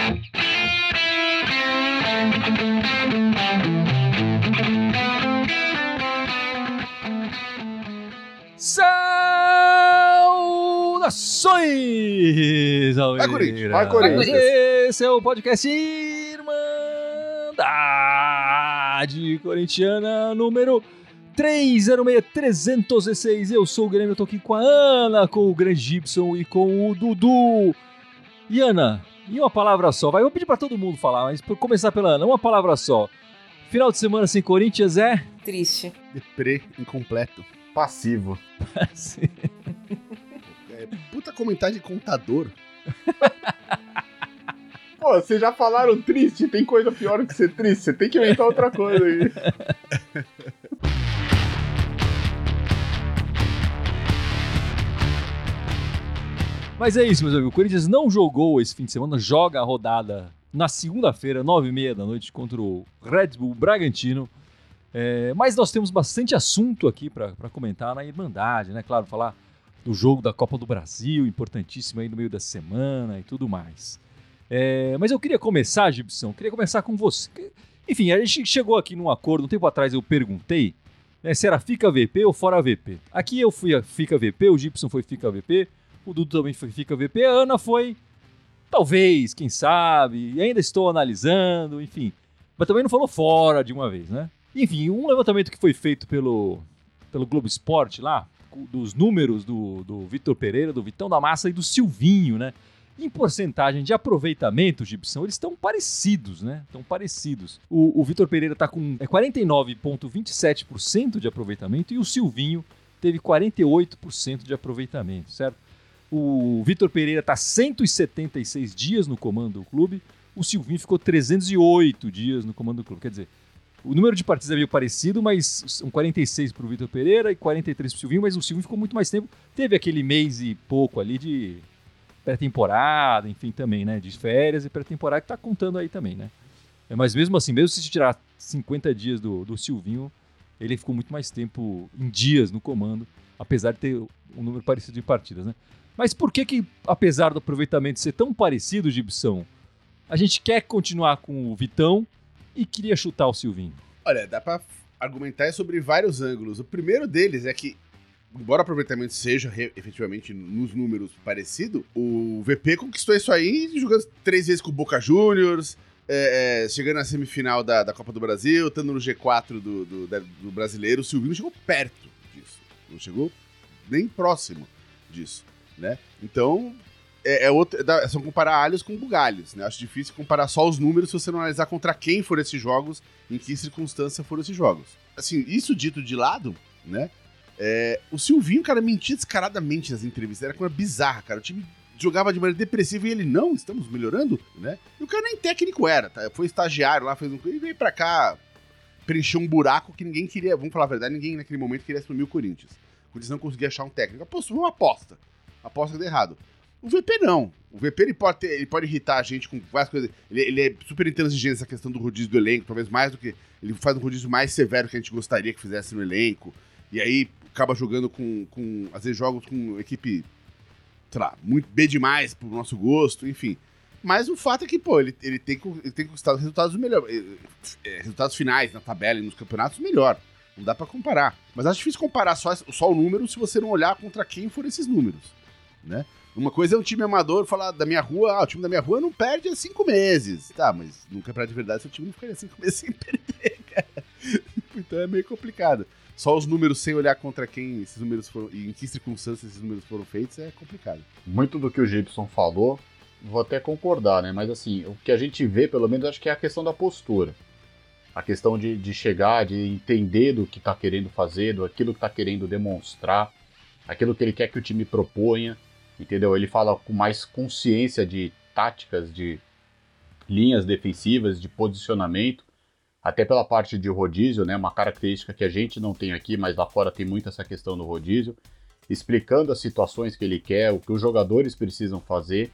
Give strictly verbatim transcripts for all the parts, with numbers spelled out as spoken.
Saudações! Vai, Corinthians! Vai, Corinthians! Esse é o podcast Irmandade Corintiana número trezentos e seis, trezentos e seis. Eu sou o Grêmio, eu tô aqui com a Ana, com o grande Gibson e com o Dudu. E Ana, em uma palavra só, vai, eu vou pedir pra todo mundo falar, mas por começar pela Ana, uma palavra só. Final de semana sem Corinthians é? Triste. Deprê, incompleto. Passivo. Passivo. É, puta comentário de contador. Pô, vocês já falaram triste, tem coisa pior do que ser triste, você tem que inventar outra coisa aí. Mas é isso, meus amigos. O Corinthians não jogou esse fim de semana, joga a rodada na segunda-feira, nove e meia da noite, contra o Red Bull Bragantino. É, mas nós temos bastante assunto aqui para comentar na Irmandade, né? Claro, falar do jogo da Copa do Brasil, importantíssimo aí no meio da semana e tudo mais. É, mas eu queria começar, Gibson, queria começar com você. Enfim, a gente chegou aqui num acordo, um tempo atrás eu perguntei, né, se era Fica V P ou Fora V P. Aqui eu fui a Fica V P, o Gibson foi Fica V P, o Dudu também foi Fica V P, a Ana foi, talvez, quem sabe, e ainda estou analisando, enfim. Mas também não falou fora de uma vez, né? Enfim, um levantamento que foi feito pelo, pelo Globo Esporte lá, dos números do, do Vitor Pereira, do Vitão da Massa e do Silvinho, né? Em porcentagem de aproveitamento, Gibson, eles estão parecidos, né? Estão parecidos. O, o Vitor Pereira está com quarenta e nove vírgula vinte e sete por cento de aproveitamento e o Silvinho teve quarenta e oito por cento de aproveitamento, certo? O Vitor Pereira está cento e setenta e seis dias no comando do clube, o Silvinho ficou trezentos e oito dias no comando do clube. Quer dizer, o número de partidas é meio parecido, mas são quarenta e seis para o Vitor Pereira e quarenta e três para o Silvinho, mas o Silvinho ficou muito mais tempo. Teve aquele mês e pouco ali de pré-temporada, enfim, também, né? De férias e pré-temporada que tá contando aí também, né? Mas mesmo assim, mesmo se tirar cinquenta dias do, do Silvinho, ele ficou muito mais tempo em dias no comando, apesar de ter um número parecido de partidas, né? Mas por que que, apesar do aproveitamento ser tão parecido, Gibson, a gente quer continuar com o Vitão e queria chutar o Silvinho? Olha, dá pra argumentar sobre vários ângulos. O primeiro deles é que, embora o aproveitamento seja re- efetivamente nos números parecido, o V P conquistou isso aí jogando três vezes com o Boca Juniors, é, é, chegando na semifinal da, da Copa do Brasil, estando no G quatro do, do, da, do brasileiro. O Silvinho chegou perto disso, não chegou nem próximo disso, né? Então, é, é, outro, é só comparar alhos com bugalhos, né? Acho difícil comparar só os números se você não analisar contra quem foram esses jogos, em que circunstância foram esses jogos. Assim, isso dito de lado, né? É, o Silvinho, cara, mentia descaradamente nas entrevistas. Era coisa bizarra, cara. O time jogava de maneira depressiva e ele, não, estamos melhorando, né? E o cara nem técnico era, tá? Foi estagiário lá, fez um... E veio pra cá preencher um buraco que ninguém queria... Vamos falar a verdade, ninguém naquele momento queria assumir o Corinthians. O Corinthians não conseguia achar um técnico. Apostou uma aposta. Aposta que deu errado. O V P não. O V P ele pode, ter, ele pode irritar a gente com várias coisas. Ele, ele é super intransigente nessa questão do rodízio do elenco, talvez mais do que... Ele faz um rodízio mais severo que a gente gostaria que fizesse no elenco. E aí acaba jogando com, com às vezes, jogos com equipe, sei lá, muito B demais pro nosso gosto, enfim. Mas o fato é que, pô, ele, ele tem que ele tem conquistado resultados melhor, resultados finais na tabela e nos campeonatos melhor. Não dá pra comparar. Mas acho difícil comparar só, só o número se você não olhar contra quem foram esses números, né? Uma coisa é um time amador falar da minha rua, ah, o time da minha rua não perde há cinco meses. Tá, mas num campeonato de verdade seu time não ficaria cinco meses sem perder, cara. Então é meio complicado. Só os números sem olhar contra quem esses números foram e em que circunstâncias esses números foram feitos é complicado. Muito do que o Gibson falou, vou até concordar, né? Mas assim, o que a gente vê, pelo menos, acho que é a questão da postura. A questão de, de chegar, de entender do que está querendo fazer, do aquilo que está querendo demonstrar, aquilo que ele quer que o time proponha, entendeu? Ele fala com mais consciência de táticas, de linhas defensivas, de posicionamento, até pela parte de rodízio, né? Uma característica que a gente não tem aqui, mas lá fora tem muito essa questão do rodízio, explicando as situações que ele quer, o que os jogadores precisam fazer.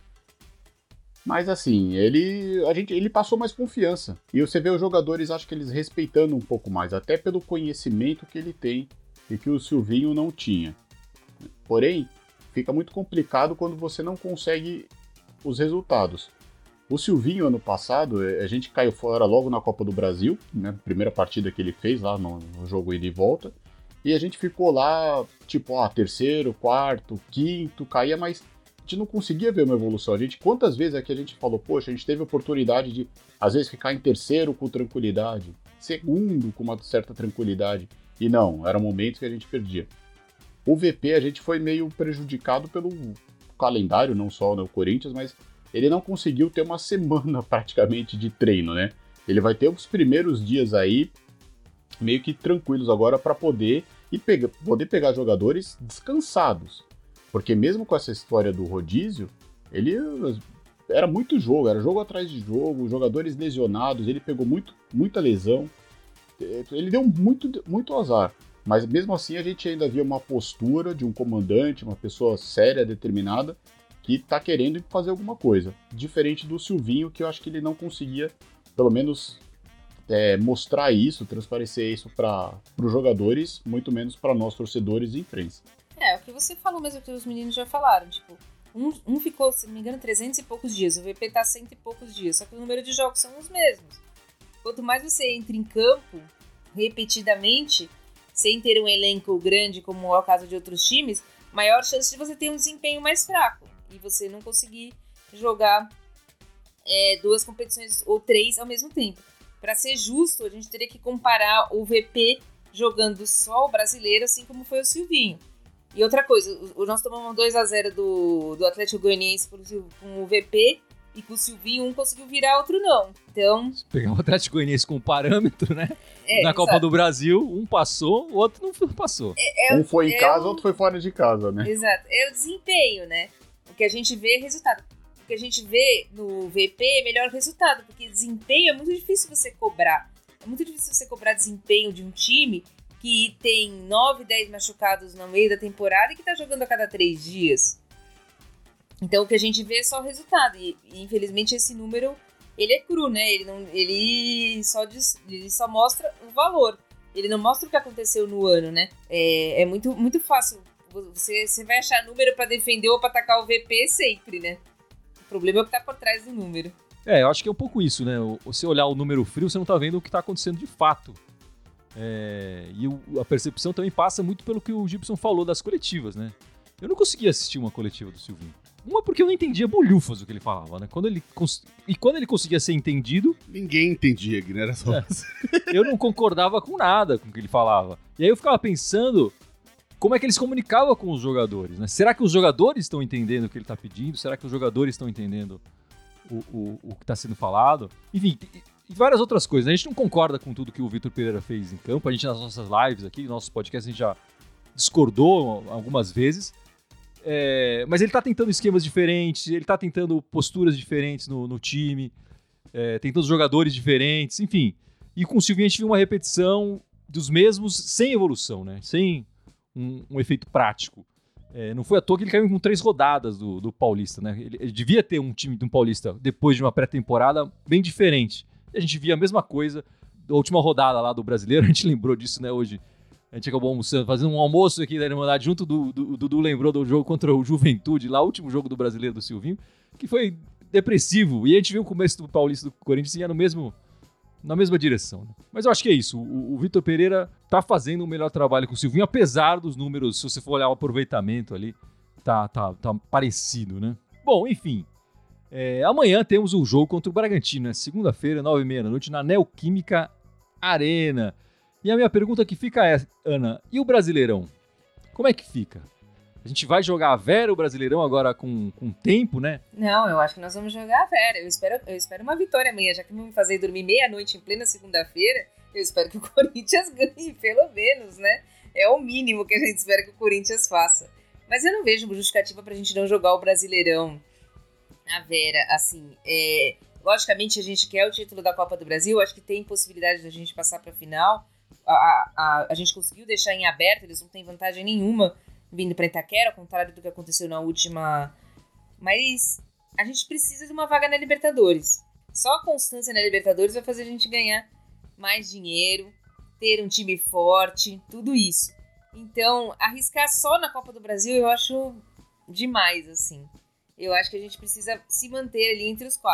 Mas assim, ele, a gente, ele passou mais confiança. E você vê os jogadores, acho que eles respeitando um pouco mais, até pelo conhecimento que ele tem e que o Silvinho não tinha. Porém, fica muito complicado quando você não consegue os resultados. O Silvinho, ano passado, a gente caiu fora logo na Copa do Brasil, né? Primeira partida que ele fez lá no, no jogo ida e volta. E a gente ficou lá, tipo, ah, terceiro, quarto, quinto, caía, mas a gente não conseguia ver uma evolução. A gente, quantas vezes aqui a gente falou, poxa, a gente teve a oportunidade de, às vezes, ficar em terceiro com tranquilidade, segundo com uma certa tranquilidade. E não, eram momentos que a gente perdia. O V P a gente foi meio prejudicado pelo calendário, não só no Corinthians, mas ele não conseguiu ter uma semana praticamente de treino, né? Ele vai ter os primeiros dias aí meio que tranquilos agora para poder e pega, poder pegar jogadores descansados. Porque mesmo com essa história do rodízio, ele era muito jogo, era jogo atrás de jogo, jogadores lesionados, ele pegou muito, muita lesão, ele deu muito, muito azar. Mas mesmo assim a gente ainda via uma postura de um comandante, uma pessoa séria, determinada, que tá querendo fazer alguma coisa. Diferente do Silvinho, que eu acho que ele não conseguia, pelo menos, é, mostrar isso, transparecer isso para os jogadores, muito menos para nós torcedores e imprensa. É, o que você falou mesmo, que os meninos já falaram, tipo, um, um ficou, se não me engano, trezentos e poucos dias, o V P tá cento e poucos dias, só que o número de jogos são os mesmos. Quanto mais você entra em campo, repetidamente, sem ter um elenco grande, como é o caso de outros times, maior chance de você ter um desempenho mais fraco e você não conseguir jogar é, duas competições ou três ao mesmo tempo. Para ser justo, a gente teria que comparar o V P jogando só o brasileiro, assim como foi o Silvinho. E outra coisa, nós tomamos dois a zero do, do Atlético Goianiense com o V P e com o Silvinho, um conseguiu virar, outro não. Então... Se pegar o Atlético Goianiense com parâmetro, né? É, Na Copa exato. do Brasil, um passou, o outro não passou. É, é, um foi em é casa, o... outro foi fora de casa, né? Exato. É o desempenho, né? O que a gente vê é resultado. O que a gente vê no V P é melhor resultado, porque desempenho é muito difícil você cobrar. É muito difícil você cobrar desempenho de um time que tem nove, dez machucados no meio da temporada e que tá jogando a cada três dias. Então o que a gente vê é só o resultado. E, e infelizmente esse número, ele é cru, né? Ele, não, ele, só diz, ele só mostra o valor. Ele não mostra o que aconteceu no ano, né? É, é muito, muito fácil. Você, você vai achar número pra defender ou pra atacar o V P sempre, né? O problema é o que tá por trás do número. É, eu acho que é um pouco isso, né? Você olhar o número frio, você não tá vendo o que tá acontecendo de fato. É, e o, a percepção também passa muito pelo que o Gibson falou das coletivas, né? Eu não conseguia assistir uma coletiva do Silvinho. Uma porque eu não entendia bolhufas o que ele falava, né? Quando ele cons... E quando ele conseguia ser entendido... Ninguém entendia, que não era só é, eu não concordava com nada com o que ele falava. E aí eu ficava pensando como é que ele se comunicava com os jogadores, né? Será que os jogadores estão entendendo o que ele está pedindo? Será que os jogadores estão entendendo o, o, o que está sendo falado? Enfim, e várias outras coisas. A gente não concorda com tudo que o Vitor Pereira fez em campo. A gente, nas nossas lives aqui, nos nossos podcasts, a gente já discordou algumas vezes. É, mas ele tá tentando esquemas diferentes, ele tá tentando posturas diferentes no, no time, é, tentando jogadores diferentes, enfim. E com o Silvinho a gente viu uma repetição dos mesmos sem evolução, né? Sem um, um efeito prático. É, não foi à toa que ele caiu com três rodadas do, do Paulista, né? Ele, ele devia ter um time de um Paulista depois de uma pré-temporada bem diferente. E a gente via a mesma coisa da última rodada lá do Brasileiro, a gente lembrou disso, né, hoje. A gente acabou almoçando, fazendo um almoço aqui da Irmandade junto do Dudu. Do, do, lembrou do jogo contra o Juventude, lá, o último jogo do Brasileiro do Silvinho, que foi depressivo. E a gente viu o começo do Paulista do Corinthians ia no mesmo, na mesma direção. Né? Mas eu acho que é isso. O, o Vitor Pereira tá fazendo o melhor trabalho com o Silvinho, apesar dos números, se você for olhar o aproveitamento ali, tá, tá, tá parecido, né? Bom, enfim. É, amanhã temos o jogo contra o Bragantino, né? Segunda-feira, nove e meia da noite, na Neoquímica Arena. E a minha pergunta que fica é, Ana, e o Brasileirão? Como é que fica? A gente vai jogar a Vera, o Brasileirão, agora com, com tempo, né? Não, eu acho que nós vamos jogar a Vera. Eu espero, eu espero uma vitória amanhã, já que vão me fazer dormir meia-noite em plena segunda-feira. Eu espero que o Corinthians ganhe, pelo menos, né? É o mínimo que a gente espera que o Corinthians faça. Mas eu não vejo justificativa pra gente não jogar o Brasileirão a Vera, assim. É, logicamente, a gente quer o título da Copa do Brasil, acho que tem possibilidade da gente passar pra final. A, a, a gente conseguiu deixar em aberto, eles não têm vantagem nenhuma vindo para Itaquera, ao contrário do que aconteceu na última. Mas a gente precisa de uma vaga na Libertadores. Só a constância na Libertadores vai fazer a gente ganhar mais dinheiro, ter um time forte, tudo isso. Então, arriscar só na Copa do Brasil eu acho demais, assim. Eu acho que a gente precisa se manter ali entre os quatro.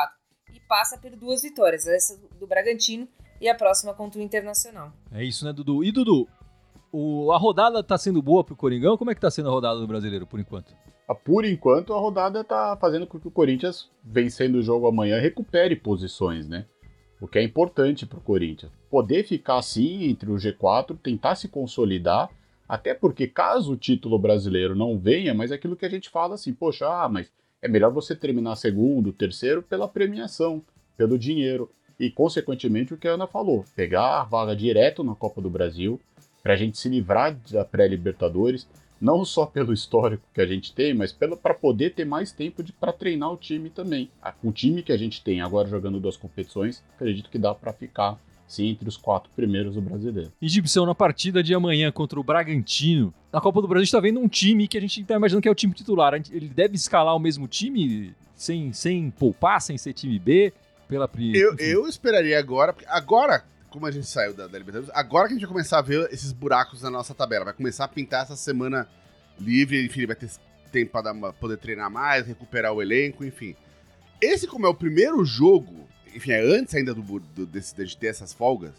e passa por duas vitórias, essa do Bragantino e a próxima contra o Internacional. É isso, né, Dudu? E, Dudu, o, a rodada tá sendo boa pro Coringão? Como é que tá sendo a rodada do Brasileiro, por enquanto? Por enquanto, a rodada tá fazendo com que o Corinthians, vencendo o jogo amanhã, recupere posições, né? O que é importante pro Corinthians. Poder ficar assim entre o G quatro, tentar se consolidar, até porque caso o título brasileiro não venha, mas é aquilo que a gente fala assim, poxa, ah, mas é melhor você terminar segundo, terceiro pela premiação, pelo dinheiro. E, consequentemente, o que a Ana falou, pegar a vaga direto na Copa do Brasil, pra gente se livrar da pré-Libertadores, não só pelo histórico que a gente tem, mas para poder ter mais tempo para treinar o time também. O time que a gente tem agora jogando duas competições, acredito que dá para ficar, sim, entre os quatro primeiros do Brasileiro. E, Gibson, na partida de amanhã contra o Bragantino, na Copa do Brasil a gente está vendo um time que a gente está imaginando que é o time titular. Ele deve escalar o mesmo time sem, sem poupar, sem ser time B? Pela... Eu, eu esperaria agora, porque agora... Como a gente saiu da, da Libertadores, agora que a gente vai começar a ver esses buracos na nossa tabela. Vai começar a pintar essa semana livre, enfim, vai ter tempo para poder treinar mais, recuperar o elenco, enfim. Esse, como é o primeiro jogo, enfim, é antes ainda do, do, desse, de ter essas folgas,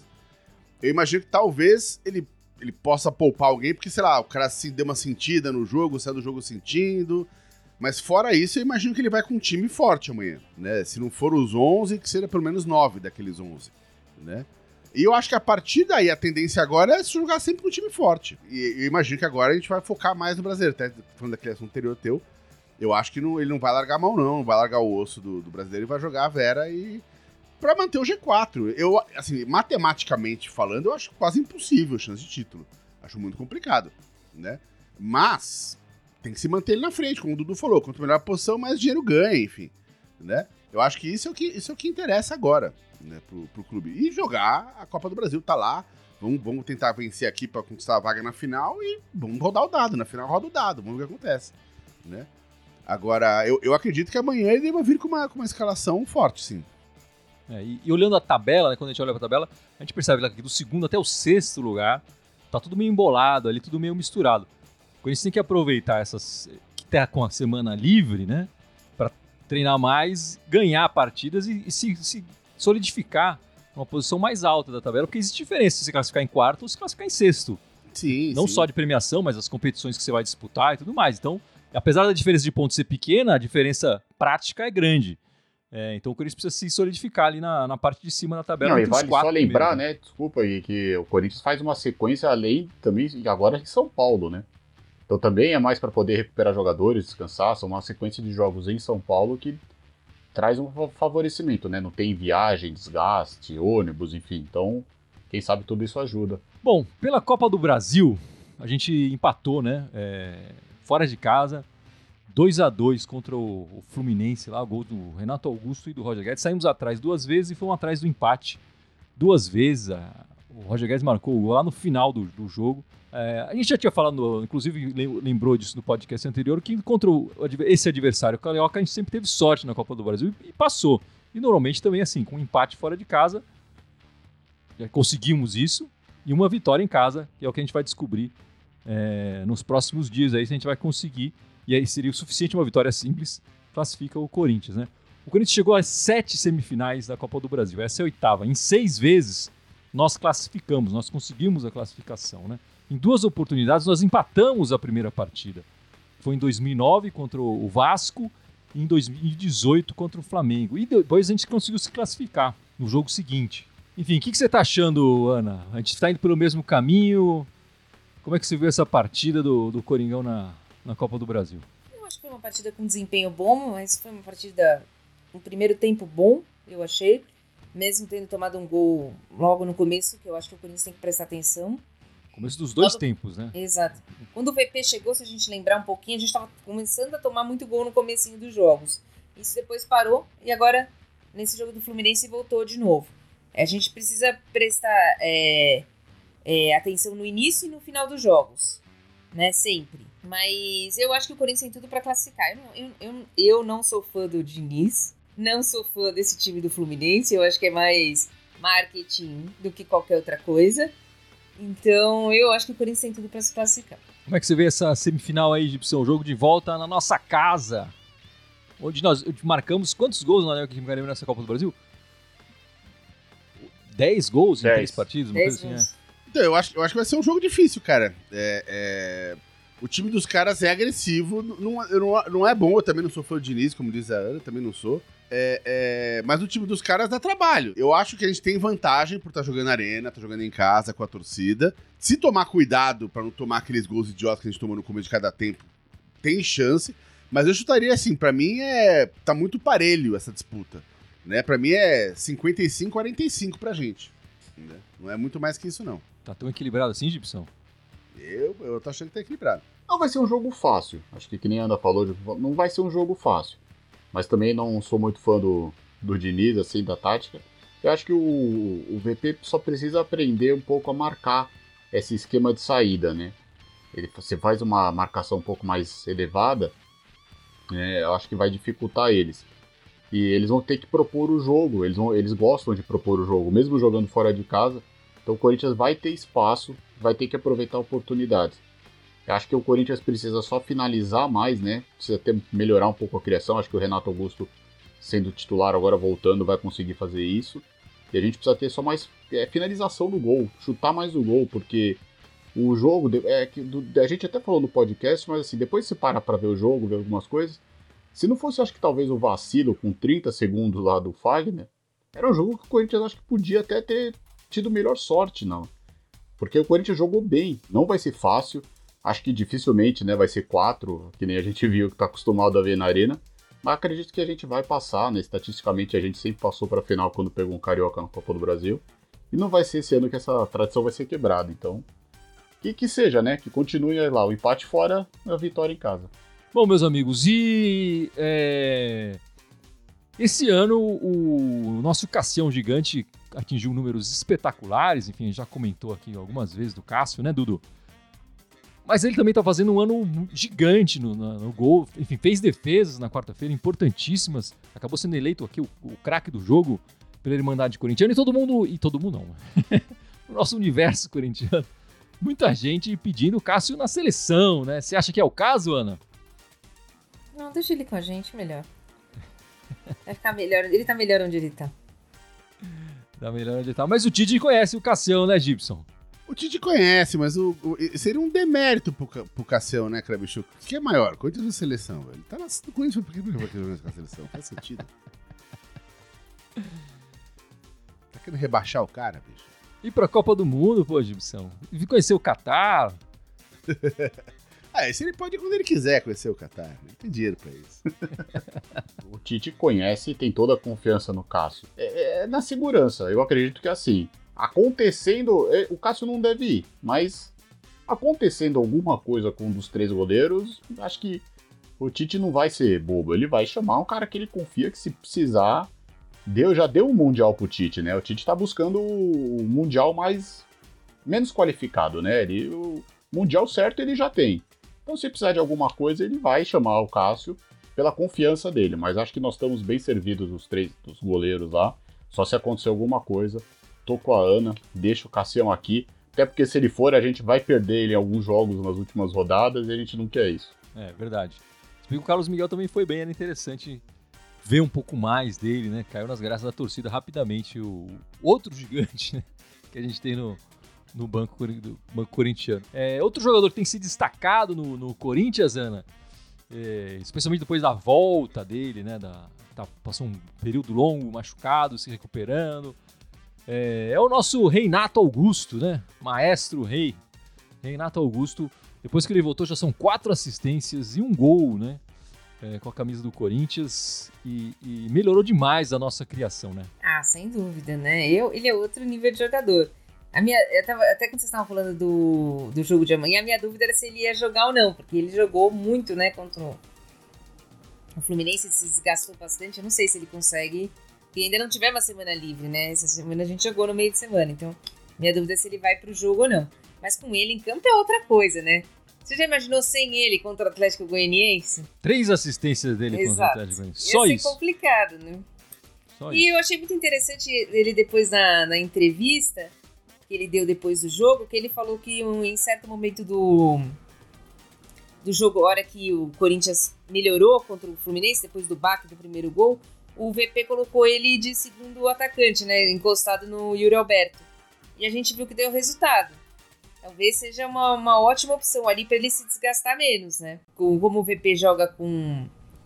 eu imagino que talvez ele, ele possa poupar alguém, porque, sei lá, o cara se deu uma sentida no jogo, saiu do jogo sentindo. Mas fora isso, eu imagino que ele vai com um time forte amanhã, né? Se não for os onze, que seja pelo menos nove daqueles onze, né? E eu acho que a partir daí, a tendência agora é se jogar sempre com um time forte. E eu imagino que agora a gente vai focar mais no brasileiro. Até falando daquele assunto anterior teu, eu acho que não, ele não vai largar a mão, não. Não vai largar o osso do, do brasileiro e vai jogar a Vera e... pra manter o G quatro. Eu, assim, matematicamente falando, eu acho quase impossível a chance de título. Acho muito complicado, né? Mas tem que se manter ele na frente, como o Dudu falou. Quanto melhor a posição, mais dinheiro ganha, enfim, né? Eu acho que isso é o que, isso é o que interessa agora, né, pro, pro clube. E jogar a Copa do Brasil, tá lá. Vamos, vamos tentar vencer aqui pra conquistar a vaga na final e vamos rodar o dado. Na final roda o dado, vamos ver o que acontece, né? Agora, eu, eu acredito que amanhã ele vai vir com uma, com uma escalação forte, sim. É, e, e olhando a tabela, né, quando a gente olha pra tabela, a gente percebe que do segundo até o sexto lugar, tá tudo meio embolado ali, tudo meio misturado. A gente tem que aproveitar essas... que tá com a semana livre, né? Pra treinar mais, ganhar partidas e, e se, se solidificar uma posição mais alta da tabela, porque existe diferença se você classificar em quarto ou se classificar em sexto. Sim, Não sim. só de premiação, mas as competições que você vai disputar e tudo mais. Então, apesar da diferença de pontos ser pequena, a diferença prática é grande. É, então o Corinthians precisa se solidificar ali na, na parte de cima da tabela. Não, e entre os vale quatro só lembrar, primeiros, né, desculpa aí, que o Corinthians faz uma sequência além também, agora em São Paulo, né? Então também é mais para poder recuperar jogadores, descansar, são uma sequência de jogos em São Paulo que traz um favorecimento, né? Não tem viagem, desgaste, ônibus, enfim. Então, quem sabe tudo isso ajuda. Bom, pela Copa do Brasil, a gente empatou, né? É, fora de casa, dois a dois contra o, o Fluminense, lá, o gol do Renato Augusto e do Roger Guedes. Saímos atrás duas vezes e fomos atrás do empate duas vezes. A, o Roger Guedes marcou o gol lá no final do, do jogo. É, a gente já tinha falado, no, inclusive lembrou disso no podcast anterior, que contra o, esse adversário carioca a gente sempre teve sorte na Copa do Brasil e, e passou. E normalmente também assim, com um empate fora de casa, já conseguimos isso, e uma vitória em casa, que é o que a gente vai descobrir é, nos próximos dias, aí se a gente vai conseguir, e aí seria o suficiente uma vitória simples, classifica o Corinthians, né? O Corinthians chegou às sete semifinais da Copa do Brasil, essa é a oitava. Em seis vezes nós classificamos, nós conseguimos a classificação, né? Em duas oportunidades nós empatamos a primeira partida. Foi em dois mil e nove contra o Vasco e em dois mil e dezoito contra o Flamengo. E depois a gente conseguiu se classificar no jogo seguinte. Enfim, o que, que você está achando, Ana? A gente está indo pelo mesmo caminho? Como é que você viu essa partida do, do Coringão na, na Copa do Brasil? Eu acho que foi uma partida com desempenho bom, mas foi uma partida, um primeiro tempo bom, eu achei. Mesmo tendo tomado um gol logo no começo, que eu acho que o Corinthians tem que prestar atenção. Começo dos dois Logo... tempos, né? Exato. Quando o V P chegou, se a gente lembrar um pouquinho, a gente estava começando a tomar muito gol no comecinho dos jogos. Isso depois parou e agora, nesse jogo do Fluminense, voltou de novo. A gente precisa prestar é, é, atenção no início e no final dos jogos, né? Sempre. Mas eu acho que o Corinthians tem tudo para classificar. Eu não, eu, eu, eu não sou fã do Diniz, não sou fã desse time do Fluminense, eu acho que é mais marketing do que qualquer outra coisa. Então, eu acho que o Corinthians tem tudo para se classificar. Como é que você vê essa semifinal aí, Gibson? Jogo de volta na nossa casa. onde nós marcamos quantos gols na Neoquímica Arena nessa Copa do Brasil? dez gols em Dez. três partidas, uma coisa assim, é. Então, eu acho, eu acho que vai ser um jogo difícil, cara. É, é, o time dos caras é agressivo, não, não, não é bom, eu também não sou fã do Diniz, como diz a Ana, também não sou. É, é, mas o time dos caras dá trabalho. Eu acho que a gente tem vantagem por estar jogando na arena, estar jogando em casa com a torcida. Se tomar cuidado pra não tomar aqueles gols idiotas que a gente tomou no começo de cada tempo, tem chance. Mas eu chutaria assim, pra mim é tá muito parelho essa disputa. Né? Pra mim é cinquenta e cinco a quarenta e cinco pra gente. Né? Não é muito mais que isso, não. Tá tão equilibrado assim, Gibson? Eu, eu tô achando que tá equilibrado. Não vai ser um jogo fácil. Acho que que nem a Ana falou, não vai ser um jogo fácil. Mas também não sou muito fã do, do Diniz, assim, da tática. Eu acho que o, o V P só precisa aprender um pouco a marcar esse esquema de saída, né? Ele, você faz uma marcação um pouco mais elevada, né? Eu acho que vai dificultar eles. E eles vão ter que propor o jogo, eles, vão, eles gostam de propor o jogo, mesmo jogando fora de casa. Então o Corinthians vai ter espaço, vai ter que aproveitar oportunidades. Eu acho que o Corinthians precisa só finalizar mais, né? Precisa ter, melhorar um pouco a criação. Acho que o Renato Augusto, sendo titular agora, voltando, vai conseguir fazer isso. E a gente precisa ter só mais é, finalização do gol, chutar mais o gol, porque o jogo, é que do, a gente até falou no podcast, mas assim, depois você para pra ver o jogo, ver algumas coisas, se não fosse, acho que talvez o vacilo com trinta segundos lá do Fagner, era um jogo que o Corinthians acho que podia até ter tido melhor sorte, não. Porque o Corinthians jogou bem, não vai ser fácil, acho que dificilmente, né, vai ser quatro, que nem a gente viu que tá acostumado a ver na arena, mas acredito que a gente vai passar, né, estatisticamente a gente sempre passou pra final quando pegou um Carioca na Copa do Brasil, e não vai ser esse ano que essa tradição vai ser quebrada, então, que que seja, né, que continue lá, o empate fora, a vitória em casa. Bom, meus amigos, e é... esse ano o nosso Cassião Gigante atingiu números espetaculares, enfim, a gente já comentou aqui algumas vezes do Cássio, né, Dudu? Mas ele também tá fazendo um ano gigante no, no, no gol, enfim, fez defesas na quarta-feira importantíssimas, acabou sendo eleito aqui o, o craque do jogo pela Irmandade Corintiana, e todo mundo, e todo mundo não, o nosso universo corintiano, muita gente pedindo o Cássio na seleção, né? Você acha que é o caso, Ana? Não, deixa ele com a gente, melhor. Vai ficar melhor. Ele tá melhor onde ele tá. Tá melhor onde ele tá. Mas o Tite conhece o Cassião, né, Gibson? O Tite conhece, mas o, o, seria um demérito pro, pro Cassião, né, Krabichuk? O que é maior? Corinthians ou seleção, velho? Tá no Corinthians, por que ele vai querer com a seleção? Faz sentido. Tá querendo rebaixar o cara, bicho? Ir pra Copa do Mundo, pô, Gibson. E conhecer o Catar. Ah, esse ele pode ir quando ele quiser conhecer o Catar. Ele tem dinheiro pra isso. O Tite conhece e tem toda a confiança no Cássio. É, é na segurança, eu acredito que assim, acontecendo, é, o Cássio não deve ir, mas acontecendo alguma coisa com um dos três goleiros, acho que o Tite não vai ser bobo, ele vai chamar um cara que ele confia que se precisar, deu, já deu um Mundial pro Tite, né? O Tite tá buscando o Mundial mais, menos qualificado, né? Ele, o Mundial certo ele já tem. Então, se precisar de alguma coisa, ele vai chamar o Cássio pela confiança dele. Mas acho que nós estamos bem servidos, os três dos goleiros lá. Só se acontecer alguma coisa, tô com a Ana, deixa o Cassião aqui. Até porque se ele for, a gente vai perder ele em alguns jogos nas últimas rodadas e a gente não quer isso. É, verdade. O Carlos Miguel também foi bem, era interessante ver um pouco mais dele, né? Caiu nas graças da torcida rapidamente. O outro gigante, né? Que a gente tem no... no banco, do banco corintiano. É, outro jogador que tem se destacado no, no Corinthians, Ana, é, especialmente depois da volta dele, né, da, tá, passou um período longo, machucado, se recuperando, é, é o nosso Renato Augusto, né, maestro rei, Renato Augusto. Depois que ele voltou já são quatro assistências e um gol, né, é, com a camisa do Corinthians, e, e melhorou demais a nossa criação, né? Ah, sem dúvida, né, Eu, ele é outro nível de jogador. A minha, eu tava, até quando vocês estavam falando do, do jogo de amanhã, a minha dúvida era se ele ia jogar ou não, porque ele jogou muito, né, contra o, o Fluminense, se desgastou bastante, eu não sei se ele consegue, porque ainda não tivemos uma semana livre, né, essa semana a gente jogou no meio de semana, então minha dúvida é se ele vai pro jogo ou não, mas com ele em campo é outra coisa, né, você já imaginou sem ele contra o Atlético Goianiense? Três assistências dele Exato. contra o Atlético Goianiense, só ia isso. Ia ser complicado, né, só e isso. eu achei muito interessante ele depois na, na entrevista que ele deu depois do jogo, que ele falou que um, em certo momento do, do jogo, a hora que o Corinthians melhorou contra o Fluminense, depois do baque do primeiro gol, o V P colocou ele de segundo atacante, né, encostado no Yuri Alberto. E a gente viu que deu resultado. Talvez seja uma, uma ótima opção ali para ele se desgastar menos, né? Como o V P joga com,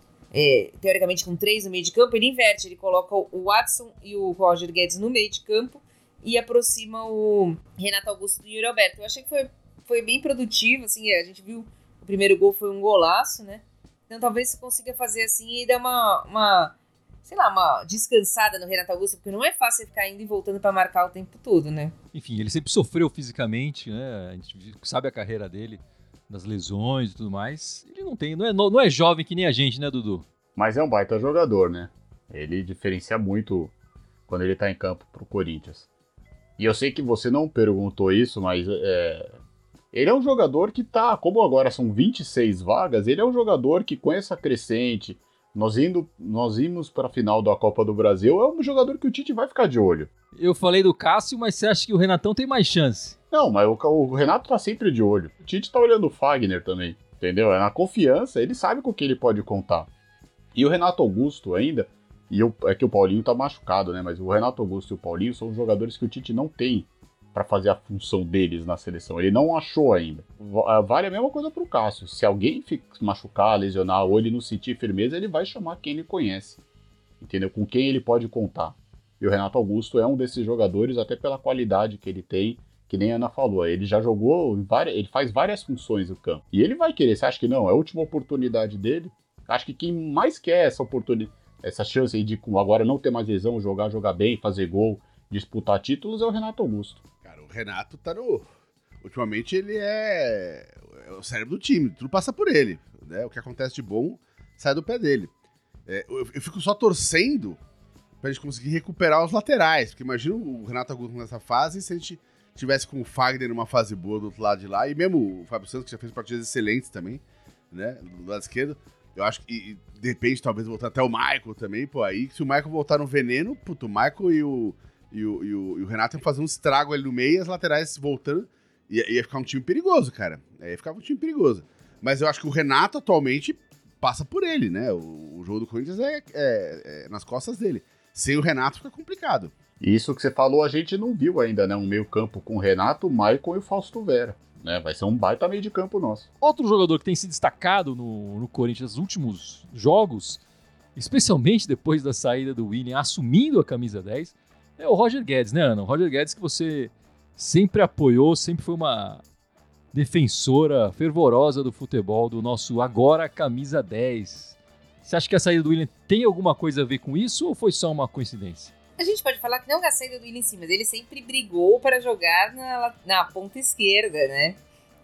é, teoricamente, com três no meio de campo, ele inverte, ele coloca o Watson e o Roger Guedes no meio de campo e aproxima o Renato Augusto do Yuri Alberto. Eu achei que foi, foi bem produtivo, assim, a gente viu o primeiro gol foi um golaço, né? Então talvez você consiga fazer assim e dar uma, uma, sei lá, uma descansada no Renato Augusto, porque não é fácil você ficar indo e voltando para marcar o tempo todo, né? Enfim, ele sempre sofreu fisicamente, né? A gente sabe a carreira dele, das lesões e tudo mais. Ele não tem, não é, não é jovem que nem a gente, né, Dudu? Mas é um baita jogador, né? Ele diferencia muito quando ele tá em campo pro Corinthians. E eu sei que você não perguntou isso, mas é... ele é um jogador que tá, como agora são vinte e seis vagas, ele é um jogador que com essa crescente, nós, indo, nós imos para a final da Copa do Brasil, é um jogador que o Tite vai ficar de olho. Eu falei do Cássio, mas você acha que o Renatão tem mais chance? Não, mas o, o Renato tá sempre de olho. O Tite tá olhando o Fagner também, entendeu? É na confiança, ele sabe com o que ele pode contar. E o Renato Augusto ainda, e eu, é que o Paulinho tá machucado, né? Mas o Renato Augusto e o Paulinho são jogadores que o Tite não tem para fazer a função deles na seleção. Ele não achou ainda. Vale a mesma coisa pro Cássio. Se alguém se machucar, lesionar, ou ele não sentir firmeza, ele vai chamar quem ele conhece. Entendeu? Com quem ele pode contar. E o Renato Augusto é um desses jogadores, até pela qualidade que ele tem, que nem a Ana falou. Ele já jogou, várias, ele faz várias funções no campo. E ele vai querer, você acha que não? É a última oportunidade dele. Acho que quem mais quer essa oportunidade, essa chance aí de agora não ter mais lesão, jogar, jogar bem, fazer gol, disputar títulos, é o Renato Augusto. Cara, o Renato tá no... Ultimamente ele é... é o cérebro do time, tudo passa por ele. Né? O que acontece de bom sai do pé dele. É, eu, eu fico só torcendo pra gente conseguir recuperar os laterais, porque imagina o Renato Augusto nessa fase, se a gente tivesse com o Fagner numa fase boa do outro lado de lá, e mesmo o Fábio Santos, que já fez partidas excelentes também, né, do lado esquerdo, eu acho que, e, de repente, talvez voltar até o Michael também, pô, aí se o Michael voltar no veneno, puto, o Michael e o, e o, e o, e o Renato iam fazer um estrago ali no meio, e as laterais voltando, ia, ia ficar um time perigoso, cara, ia ficar um time perigoso. Mas eu acho que o Renato, atualmente, passa por ele, né, o, o jogo do Corinthians é, é, é nas costas dele. Sem o Renato fica complicado. Isso que você falou, a gente não viu ainda, né? Um meio campo com o Renato, o Maicon e o Fausto Vera. Né? Vai ser um baita meio de campo nosso. Outro jogador que tem se destacado no, no Corinthians nos últimos jogos, especialmente depois da saída do Willian assumindo a camisa dez, é o Roger Guedes, né, Ana? O Roger Guedes que você sempre apoiou, sempre foi uma defensora fervorosa do futebol, do nosso agora camisa dez. Você acha que a saída do Willian tem alguma coisa a ver com isso ou foi só uma coincidência? A gente pode falar que não a saída do Willian em si, mas ele sempre brigou para jogar na, na ponta esquerda, né?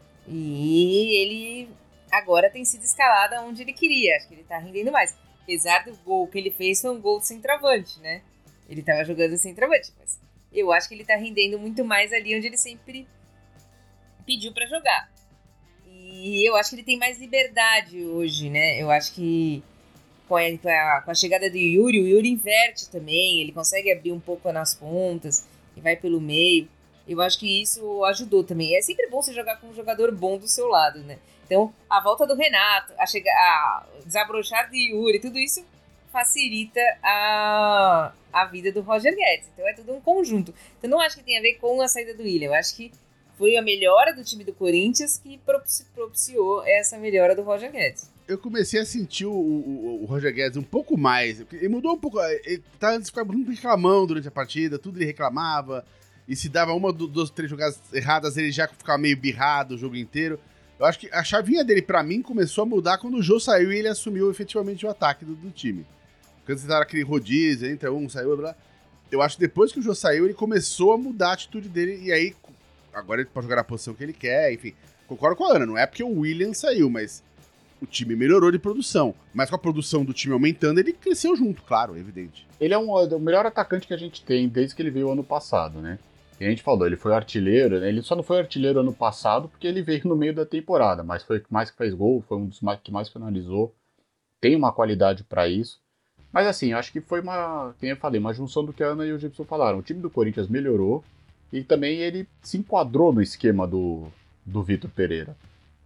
E ele agora tem sido escalado aonde ele queria. Acho que ele tá rendendo mais. Apesar do gol que ele fez, foi um gol de centroavante, né? Ele tava jogando centroavante, mas eu acho que ele tá rendendo muito mais ali onde ele sempre pediu para jogar. E eu acho que ele tem mais liberdade hoje, né? Eu acho que Com a, com a chegada do Yuri, o Yuri inverte também, ele consegue abrir um pouco nas pontas e vai pelo meio. Eu acho que isso ajudou também. É sempre bom você jogar com um jogador bom do seu lado, né? Então, a volta do Renato, a, chega, a desabrochar do Yuri, tudo isso facilita a, a vida do Roger Guedes. Então, é tudo um conjunto. Então, não acho que tem a ver com a saída do Willian. Eu acho que foi a melhora do time do Corinthians que propici, propiciou essa melhora do Roger Guedes. Eu comecei a sentir o, o, o Roger Guedes um pouco mais. Ele mudou um pouco. Ele tá antes ficava muito reclamando durante a partida, tudo ele reclamava. E se dava uma, duas, três jogadas erradas, ele já ficava meio birrado o jogo inteiro. Eu acho que a chavinha dele, pra mim, começou a mudar quando o Jô saiu e ele assumiu efetivamente o ataque do, do time. Quando você tava aquele rodízio, entra um, saiu, blá. Eu acho que depois que o Jô saiu, ele começou a mudar a atitude dele. E aí, agora ele pode jogar na posição que ele quer, enfim. Concordo com a Ana, não é porque o Willian saiu, mas o time melhorou de produção. Mas com a produção do time aumentando, ele cresceu junto, claro, evidente. Ele é um, o melhor atacante que a gente tem desde que ele veio ano passado, né? E a gente falou, ele foi artilheiro, né? Ele só não foi artilheiro ano passado porque ele veio no meio da temporada, mas foi o que mais que fez gol, foi um dos mais, que mais finalizou. Tem uma qualidade para isso. Mas assim, acho que foi uma, como eu falei, uma junção do que a Ana e o Gibson falaram. O time do Corinthians melhorou e também ele se enquadrou no esquema do, do Vitor Pereira.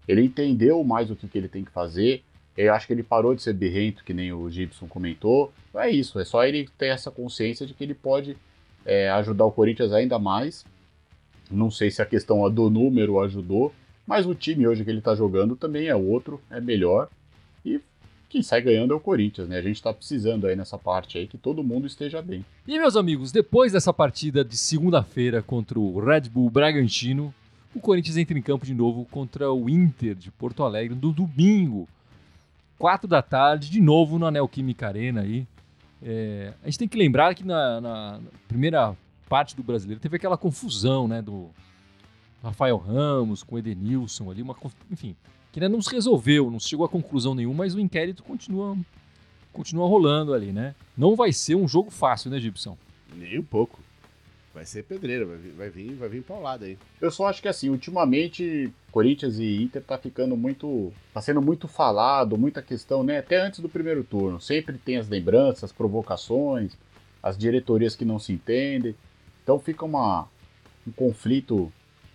Ele entendeu mais o que, que ele tem que fazer. Eu acho que ele parou de ser birrento, que nem o Gibson comentou. Não é isso, é só ele ter essa consciência de que ele pode é, ajudar o Corinthians ainda mais. Não sei se a questão do número ajudou, mas o time hoje que ele está jogando também é outro, é melhor. E quem sai ganhando é o Corinthians, né? A gente está precisando aí nessa parte aí que todo mundo esteja bem. E, meus amigos, depois dessa partida de segunda-feira contra o Red Bull Bragantino, o Corinthians entra em campo de novo contra o Inter de Porto Alegre no domingo. Quatro da tarde, de novo no Neoquímica Arena aí. É, a gente tem que lembrar que na, na primeira parte do Brasileiro teve aquela confusão, né, do Rafael Ramos com o Edenilson ali, uma, enfim, que ainda não se resolveu, não se chegou a conclusão nenhuma, mas o inquérito continua, continua rolando ali, né? Não vai ser um jogo fácil, né, Gibson? Nem um pouco. Vai ser pedreira, vai vir, vai vir, vai vir paulada aí. Eu só acho que assim, ultimamente, Corinthians e Inter tá ficando muito. Tá sendo muito falado, muita questão, né? Até antes do primeiro turno. Sempre tem as lembranças, as provocações, as diretorias que não se entendem. Então fica uma, um conflito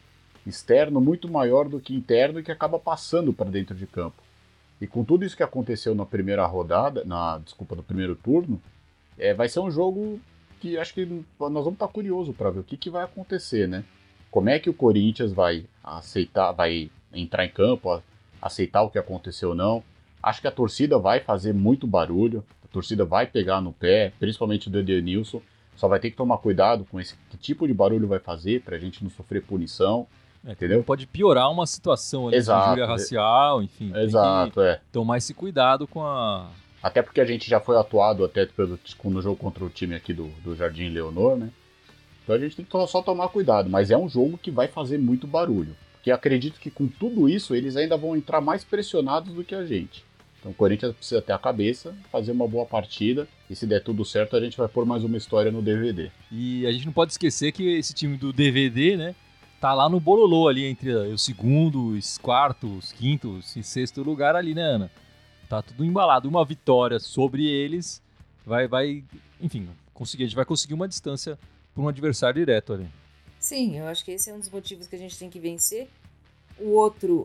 externo muito maior do que interno e que acaba passando para dentro de campo. E com tudo isso que aconteceu na primeira rodada, na desculpa, no primeiro turno, é, vai ser um jogo que acho que nós vamos estar curiosos para ver o que, que vai acontecer, né? Como é que o Corinthians vai aceitar, vai entrar em campo, aceitar o que aconteceu ou não. Acho que a torcida vai fazer muito barulho, a torcida vai pegar no pé, principalmente do Edenilson. Só vai ter que tomar cuidado com esse que tipo de barulho vai fazer pra gente não sofrer punição. É, entendeu? Pode piorar uma situação ali Exato, de injúria racial, enfim. Exato, tem que é. tomar esse cuidado com a... Até porque a gente já foi atuado até pelo, no jogo contra o time aqui do, do Jardim Leonor, né? Então a gente tem que só tomar cuidado. Mas é um jogo que vai fazer muito barulho. Porque acredito que com tudo isso eles ainda vão entrar mais pressionados do que a gente. Então o Corinthians precisa ter a cabeça, fazer uma boa partida. E se der tudo certo, a gente vai pôr mais uma história no D V D. E a gente não pode esquecer que esse time do D V D, né? Tá lá no bololô ali entre o segundo, os quartos, os quintos e sexto lugar ali, né, Ana? Tá tudo embalado. Uma vitória sobre eles vai, vai, enfim, conseguir, a gente vai conseguir uma distância para um adversário direto ali. Sim, eu acho que esse é um dos motivos que a gente tem que vencer. O outro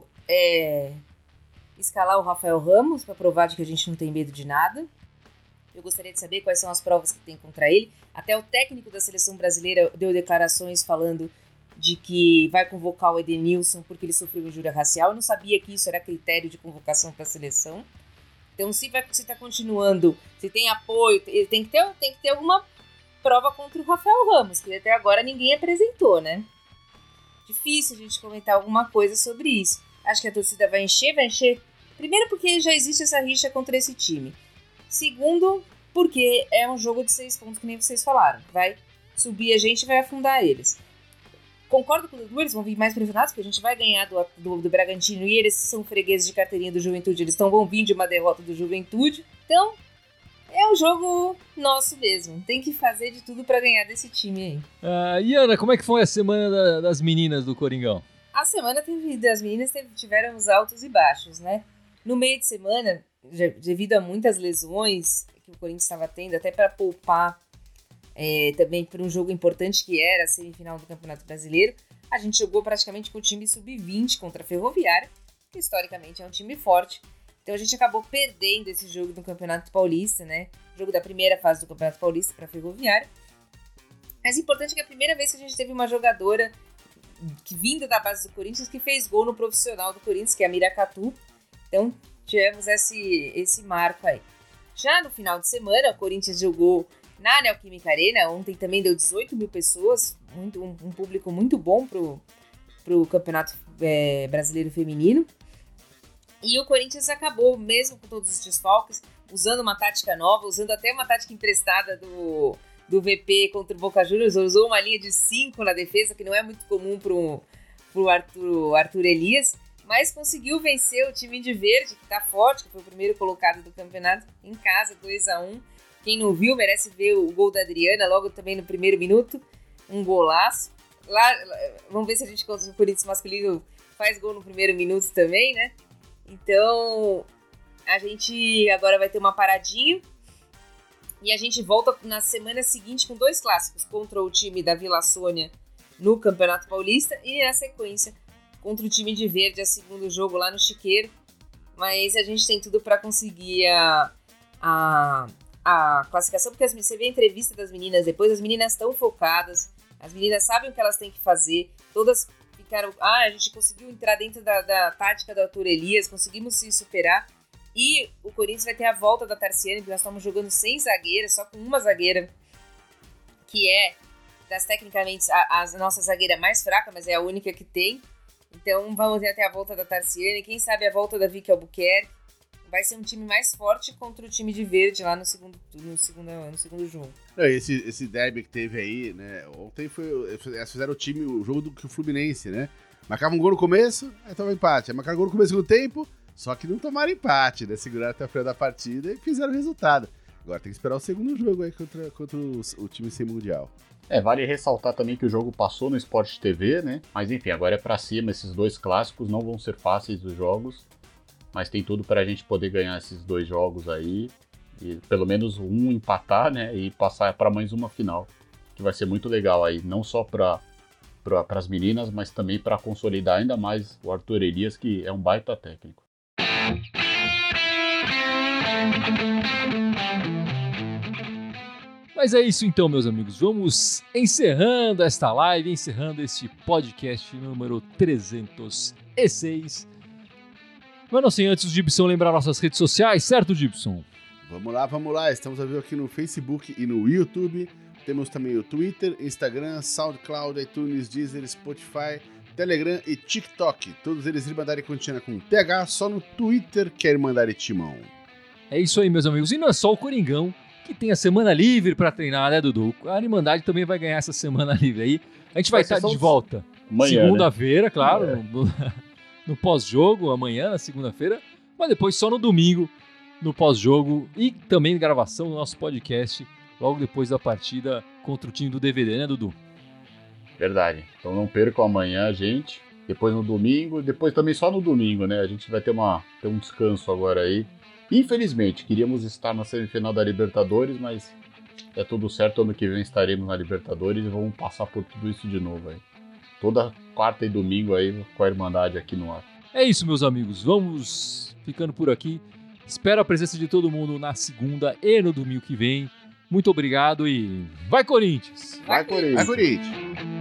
é escalar o Rafael Ramos para provar de que a gente não tem medo de nada. Eu gostaria de saber quais são as provas que tem contra ele. Até o técnico da seleção brasileira deu declarações falando de que vai convocar o Edenilson porque ele sofreu injúria racial. Eu não sabia que isso era critério de convocação para a seleção. Então, se está continuando, se tem apoio, tem que, ter, tem que ter alguma prova contra o Rafael Ramos, que até agora ninguém apresentou, né? Difícil a gente comentar alguma coisa sobre isso. Acho que a torcida vai encher, vai encher. Primeiro porque já existe essa rixa contra esse time. Segundo, porque é um jogo de seis pontos, que nem vocês falaram. Vai subir a gente e vai afundar eles. Concordo com o Dudu, eles vão vir mais pressionados, porque a gente vai ganhar do, do, do Bragantino e eles são fregueses de carteirinha do Juventude, eles estão vão vir de uma derrota do Juventude. Então, é um jogo nosso mesmo. Tem que fazer de tudo pra ganhar desse time aí. Uh, e Ana, como é que foi a semana da, das meninas do Coringão? A semana teve, das meninas teve, tiveram os altos e baixos, né? No meio de semana, já, devido a muitas lesões que o Corinthians estava tendo, até para poupar é, também para um jogo importante que era a semifinal do Campeonato Brasileiro, a gente jogou praticamente com o time sub vinte contra a Ferroviária, que historicamente é um time forte. Então a gente acabou perdendo esse jogo do Campeonato Paulista, né? Jogo da primeira fase do Campeonato Paulista para a Ferroviária. Mas o importante é que é a primeira vez que a gente teve uma jogadora que vinda da base do Corinthians que fez gol no profissional do Corinthians, que é a Miracatu. Então tivemos esse, esse marco aí. Já no final de semana, o Corinthians jogou na Neoquímica Arena. Ontem também deu dezoito mil pessoas, muito, um, um público muito bom pro, pro Campeonato é, Brasileiro Feminino. E o Corinthians acabou, mesmo com todos os desfalques, usando uma tática nova, usando até uma tática emprestada do, do V P contra o Boca Juniors, usou uma linha de cinco na defesa, que não é muito comum pro, pro Arthur, Arthur Elias, mas conseguiu vencer o time de verde, que tá forte, que foi o primeiro colocado do campeonato, em casa, dois a um. Quem não viu merece ver o gol da Adriana, logo também no primeiro minuto, um golaço. Lá, vamos ver se a gente contra o Corinthians masculino faz gol no primeiro minuto também, né? Então, a gente agora vai ter uma paradinha e a gente volta na semana seguinte com dois clássicos, contra o time da Vila Sônia no Campeonato Paulista e na sequência contra o time de verde a segundo jogo lá no Chiqueiro. Mas a gente tem tudo para conseguir a, a, a classificação, porque as, você vê a entrevista das meninas depois, as meninas estão focadas, as meninas sabem o que elas têm que fazer, todas ficaram, ah, a gente conseguiu entrar dentro da, da tática do Arthur Elias, conseguimos se superar, e o Corinthians vai ter a volta da Tarciane, porque nós estamos jogando sem zagueira, só com uma zagueira, que é, das tecnicamente, a, a nossa zagueira mais fraca, mas é a única que tem. Então vamos ver até a volta da Tarciane, quem sabe a volta da Vicky Albuquerque. Vai ser um time mais forte contra o time de verde lá no segundo, no segundo, no segundo jogo. Não, esse, esse derby que teve aí, né? Ontem foi. Eles fizeram o time, o jogo do que o Fluminense, né? Marcava um gol no começo, aí toma empate. Aí marcaram um gol no começo do tempo, só que não tomaram empate, né? Seguraram até a frente da partida e fizeram o resultado. Agora tem que esperar o segundo jogo aí contra, contra o, o time sem mundial. É, vale ressaltar também que o jogo passou no Sport T V, né? Mas enfim, agora é pra cima, esses dois clássicos não vão ser fáceis os jogos, mas tem tudo pra gente poder ganhar esses dois jogos aí, e pelo menos um empatar, né? E passar pra mais uma final, que vai ser muito legal aí, não só pra, pra, pras meninas, mas também pra consolidar ainda mais o Arthur Elias, que é um baita técnico. Mas é isso então, meus amigos. Vamos encerrando esta live, encerrando este podcast número trezentos e seis. Mas não sem antes o Gibson lembrar nossas redes sociais, certo, Gibson? Vamos lá, vamos lá. Estamos ao vivo aqui no Facebook e no YouTube. Temos também o Twitter, Instagram, SoundCloud, iTunes, Deezer, Spotify, Telegram e TikTok. Todos eles Irmandade Contínua com T H, só no Twitter que é Irmandade Timão. É isso aí, meus amigos. E não é só o Coringão que tem a semana livre pra treinar, né, Dudu? A Irmandade também vai ganhar essa semana livre aí. A gente vai, vai estar de volta amanhã, segunda-feira, né? claro, é. no, no pós-jogo, amanhã, na segunda-feira, mas depois só no domingo, no pós-jogo e também gravação do nosso podcast, logo depois da partida contra o time do D V D, né, Dudu? Verdade. Então não percam amanhã, gente. Depois no domingo, depois também só no domingo, né? A gente vai ter, uma, ter um descanso agora aí. Infelizmente, queríamos estar na semifinal da Libertadores, mas é tudo certo, ano que vem estaremos na Libertadores e vamos passar por tudo isso de novo aí. Toda quarta e domingo aí com a Irmandade aqui no ar. É isso, meus amigos, vamos ficando por aqui. Espero a presença de todo mundo na segunda e no domingo que vem. Muito obrigado e vai Corinthians! Vai Corinthians! Vai Corinthians!